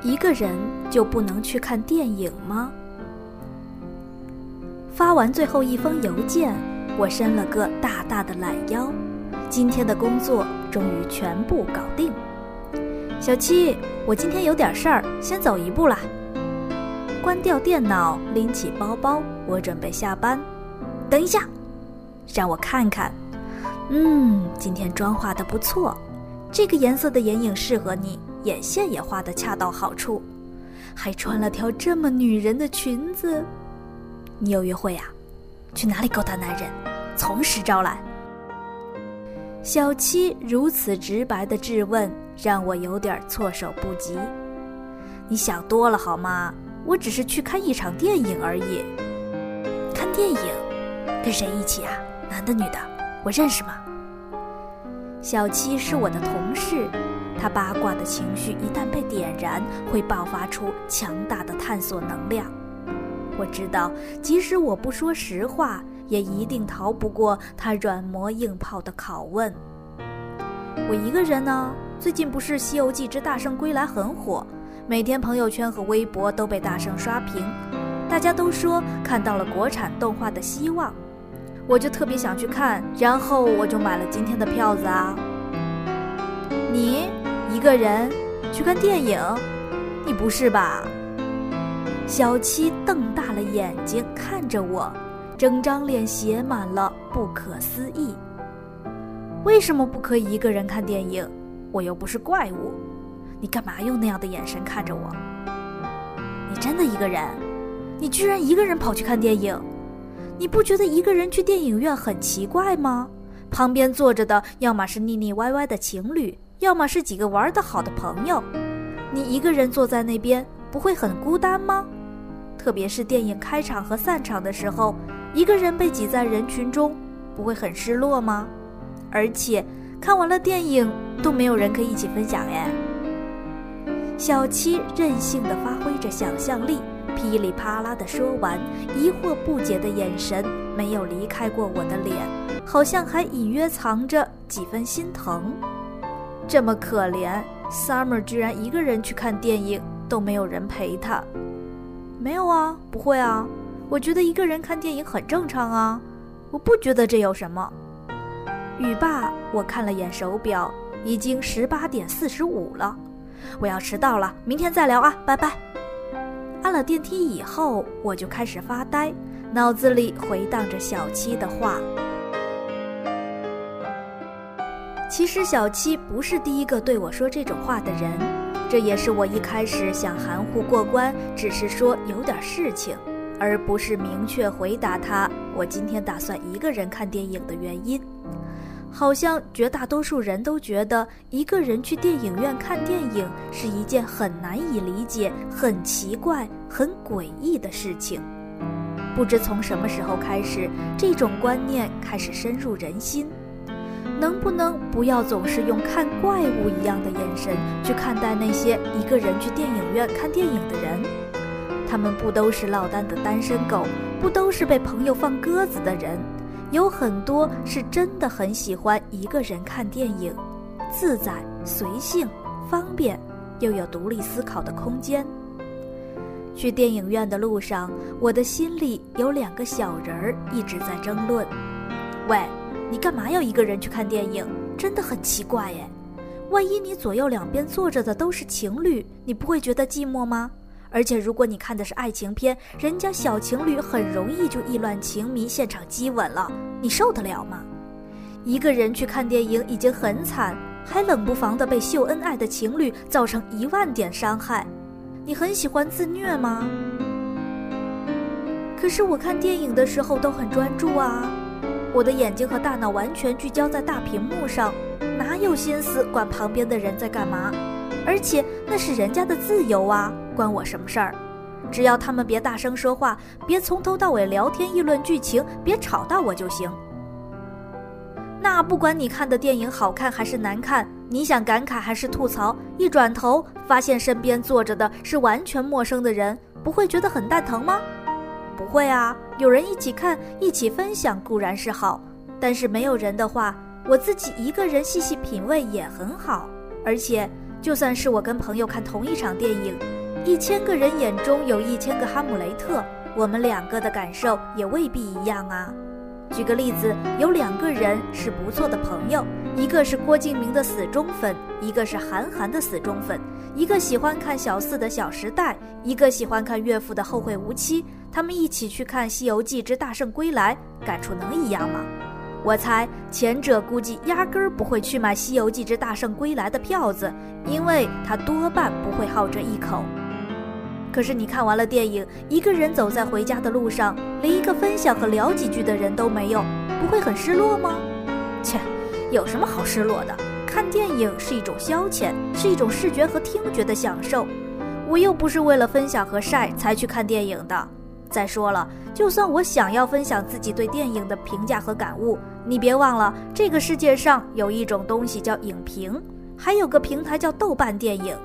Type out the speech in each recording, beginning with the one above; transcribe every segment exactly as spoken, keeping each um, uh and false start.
一个人就不能去看电影吗？发完最后一封邮件，我伸了个大大的懒腰，今天的工作终于全部搞定。小七，我今天有点事儿，先走一步啦。关掉电脑，拎起包包，我准备下班。等一下，让我看看。嗯，今天妆化得不错，这个颜色的眼影适合你，眼线也画得恰到好处，还穿了条这么女人的裙子。你有约会啊？去哪里勾搭男人？从实招来。小七如此直白的质问，让我有点措手不及。你想多了好吗？我只是去看一场电影而已。看电影？跟谁一起啊？男的女的？我认识吗？小七是我的同事，他八卦的情绪一旦被点燃，会爆发出强大的探索能量。我知道，即使我不说实话，也一定逃不过他软磨硬泡的拷问。我一个人呢，最近不是《西游记之大圣归来》很火，每天朋友圈和微博都被大圣刷屏，大家都说看到了国产动画的希望，我就特别想去看，然后我就买了今天的票子啊。你一个人去看电影？你不是吧？小七瞪大了眼睛看着我，整张脸写满了不可思议。为什么不可以一个人看电影？我又不是怪物，你干嘛用那样的眼神看着我？你真的一个人？你居然一个人跑去看电影？你不觉得一个人去电影院很奇怪吗？旁边坐着的要么是腻腻歪歪的情侣，要么是几个玩得好的朋友，你一个人坐在那边不会很孤单吗？特别是电影开场和散场的时候，一个人被挤在人群中，不会很失落吗？而且看完了电影都没有人可以一起分享耶。小七任性地发挥着想象力，噼里啪啦地说完，疑惑不解的眼神没有离开过我的脸，好像还隐约藏着几分心疼。这么可怜， Summer 居然一个人去看电影，都没有人陪他。没有啊，不会啊，我觉得一个人看电影很正常啊，我不觉得这有什么。语罢，我看了眼手表，已经十八点四十五了，我要迟到了，明天再聊啊，拜拜。按了电梯以后，我就开始发呆，脑子里回荡着小七的话。其实小七不是第一个对我说这种话的人，这也是我一开始想含糊过关，只是说有点事情，而不是明确回答他我今天打算一个人看电影的原因。好像绝大多数人都觉得一个人去电影院看电影是一件很难以理解、很奇怪、很诡异的事情。不知从什么时候开始，这种观念开始深入人心。能不能不要总是用看怪物一样的眼神去看待那些一个人去电影院看电影的人？他们不都是落单的单身狗，不都是被朋友放鸽子的人？有很多是真的很喜欢一个人看电影，自在、随性、方便，又有独立思考的空间。去电影院的路上，我的心里有两个小人儿一直在争论。喂，你干嘛要一个人去看电影？真的很奇怪耶。万一你左右两边坐着的都是情侣，你不会觉得寂寞吗？而且如果你看的是爱情片，人家小情侣很容易就意乱情迷，现场激吻了，你受得了吗？一个人去看电影已经很惨，还冷不防的被秀恩爱的情侣造成一万点伤害，你很喜欢自虐吗？可是我看电影的时候都很专注啊，我的眼睛和大脑完全聚焦在大屏幕上，哪有心思管旁边的人在干嘛？而且那是人家的自由啊，关我什么事儿？只要他们别大声说话，别从头到尾聊天议论剧情，别吵到我就行。那不管你看的电影好看还是难看，你想感慨还是吐槽，一转头发现身边坐着的是完全陌生的人，不会觉得很蛋疼吗？不会啊，有人一起看一起分享固然是好，但是没有人的话，我自己一个人细细品味也很好。而且就算是我跟朋友看同一场电影， 一千个人眼中有一千个哈姆雷特，我们两个的感受也未必一样啊。举个例子，有两个人是不错的朋友，一个是郭敬明的死忠粉，一个是韩寒的死忠粉，一个喜欢看小四的《小时代》，一个喜欢看岳父的《后会无期》，他们一起去看《西游记之大圣归来》，感触能一样吗？我猜前者估计压根儿不会去买《西游记之大圣归来》的票子，因为他多半不会好这一口。可是你看完了电影，一个人走在回家的路上，连一个分享和聊几句的人都没有，不会很失落吗？切，有什么好失落的？看电影是一种消遣，是一种视觉和听觉的享受。我又不是为了分享和晒才去看电影的。再说了，就算我想要分享自己对电影的评价和感悟，你别忘了，这个世界上有一种东西叫影评，还有个平台叫豆瓣电影。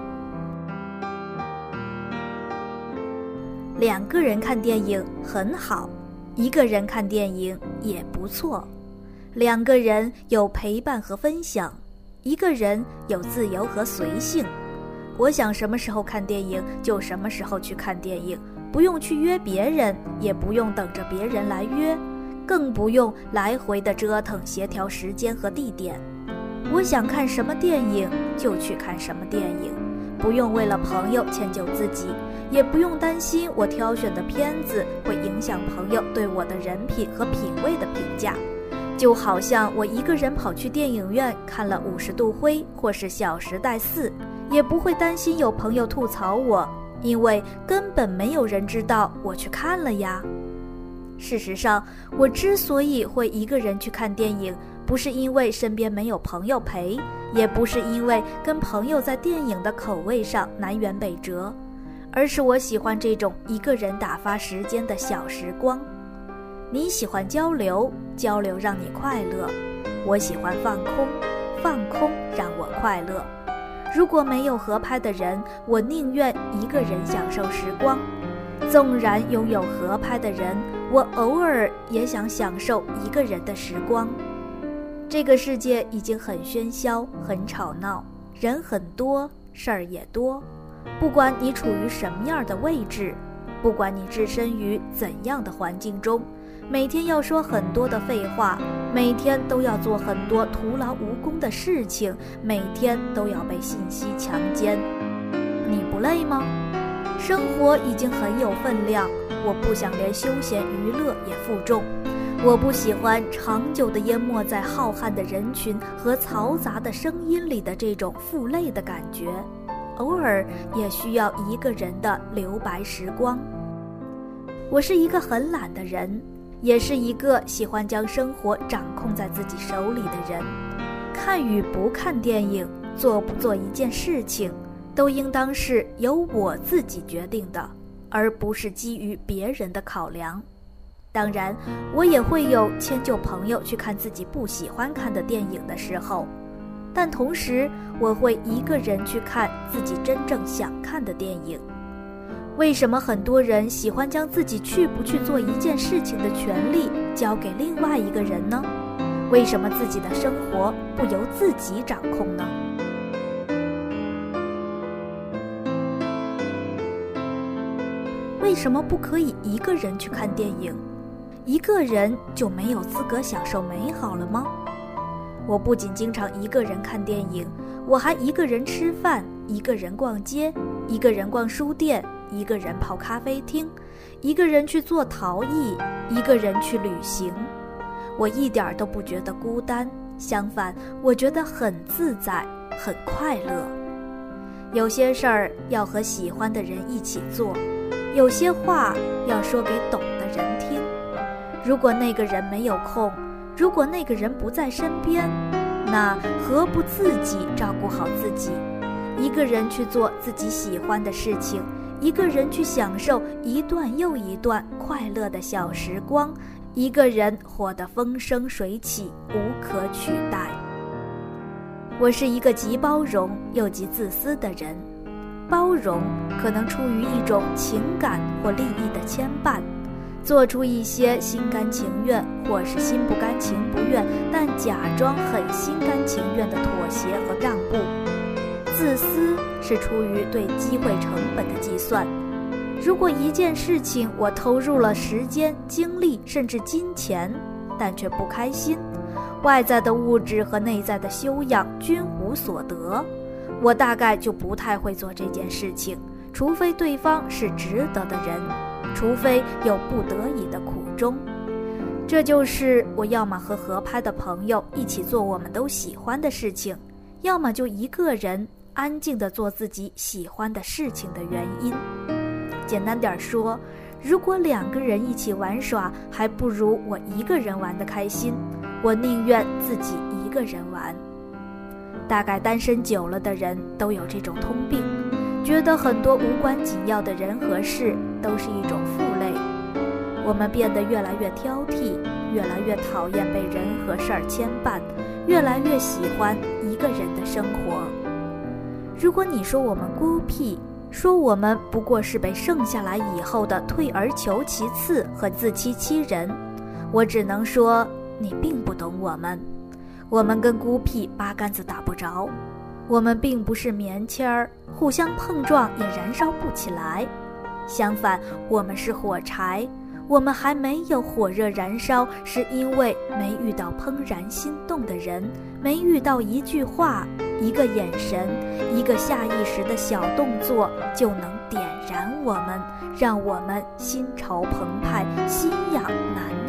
两个人看电影很好，一个人看电影也不错。两个人有陪伴和分享，一个人有自由和随性。我想什么时候看电影就什么时候去看电影，不用去约别人，也不用等着别人来约，更不用来回的折腾协调时间和地点。我想看什么电影就去看什么电影，不用为了朋友迁就自己，也不用担心我挑选的片子会影响朋友对我的人品和品味的评价。就好像我一个人跑去电影院看了五十度灰或是小时代四，也不会担心有朋友吐槽我，因为根本没有人知道我去看了呀。事实上，我之所以会一个人去看电影，不是因为身边没有朋友陪，也不是因为跟朋友在电影的口味上南辕北辙，而是我喜欢这种一个人打发时间的小时光。你喜欢交流，交流让你快乐；我喜欢放空，放空让我快乐。如果没有合拍的人，我宁愿一个人享受时光；纵然拥有合拍的人，我偶尔也想享受一个人的时光。这个世界已经很喧嚣，很吵闹，人很多，事儿也多。不管你处于什么样的位置，不管你置身于怎样的环境中，每天要说很多的废话，每天都要做很多徒劳无功的事情，每天都要被信息强奸，你不累吗？生活已经很有分量，我不想连休闲娱乐也负重。我不喜欢长久地淹没在浩瀚的人群和嘈杂的声音里的这种负累的感觉，偶尔也需要一个人的留白时光。我是一个很懒的人，也是一个喜欢将生活掌控在自己手里的人。看与不看电影，做不做一件事情，都应当是由我自己决定的，而不是基于别人的考量。当然，我也会有迁就朋友去看自己不喜欢看的电影的时候，但同时我会一个人去看自己真正想看的电影。为什么很多人喜欢将自己去不去做一件事情的权利交给另外一个人呢？为什么自己的生活不由自己掌控呢？为什么不可以一个人去看电影？一个人就没有资格享受美好了吗？我不仅经常一个人看电影，我还一个人吃饭，一个人逛街，一个人逛书店，一个人泡咖啡厅，一个人去做陶艺，一个人去旅行。我一点都不觉得孤单，相反，我觉得很自在，很快乐。有些事儿要和喜欢的人一起做，有些话要说给懂的人听。如果那个人没有空，如果那个人不在身边，那何不自己照顾好自己，一个人去做自己喜欢的事情，一个人去享受一段又一段快乐的小时光，一个人活得风生水起，无可取代。我是一个极包容又极自私的人，包容可能出于一种情感或利益的牵绊，做出一些心甘情愿或是心不甘情不愿，但假装很心甘情愿的妥协和让步。 自私是出于对机会成本的计算。如果一件事情我投入了时间、精力甚至金钱，但却不开心，外在的物质和内在的修养均无所得，我大概就不太会做这件事情，除非对方是值得的人，除非有不得已的苦衷。这就是我要么和合拍的朋友一起做我们都喜欢的事情，要么就一个人安静地做自己喜欢的事情的原因。简单点说，如果两个人一起玩耍，还不如我一个人玩得开心，我宁愿自己一个人玩。大概单身久了的人都有这种通病，觉得很多无关紧要的人和事都是一种负累。我们变得越来越挑剔，越来越讨厌被人和事儿牵绊，越来越喜欢一个人的生活。如果你说我们孤僻，说我们不过是被剩下来以后的退而求其次和自欺欺人，我只能说你并不懂我们。我们跟孤僻八竿子打不着，我们并不是棉签儿，互相碰撞也燃烧不起来。相反，我们是火柴，我们还没有火热燃烧，是因为没遇到怦然心动的人，没遇到一句话、一个眼神、一个下意识的小动作就能点燃我们，让我们心潮澎湃，心痒难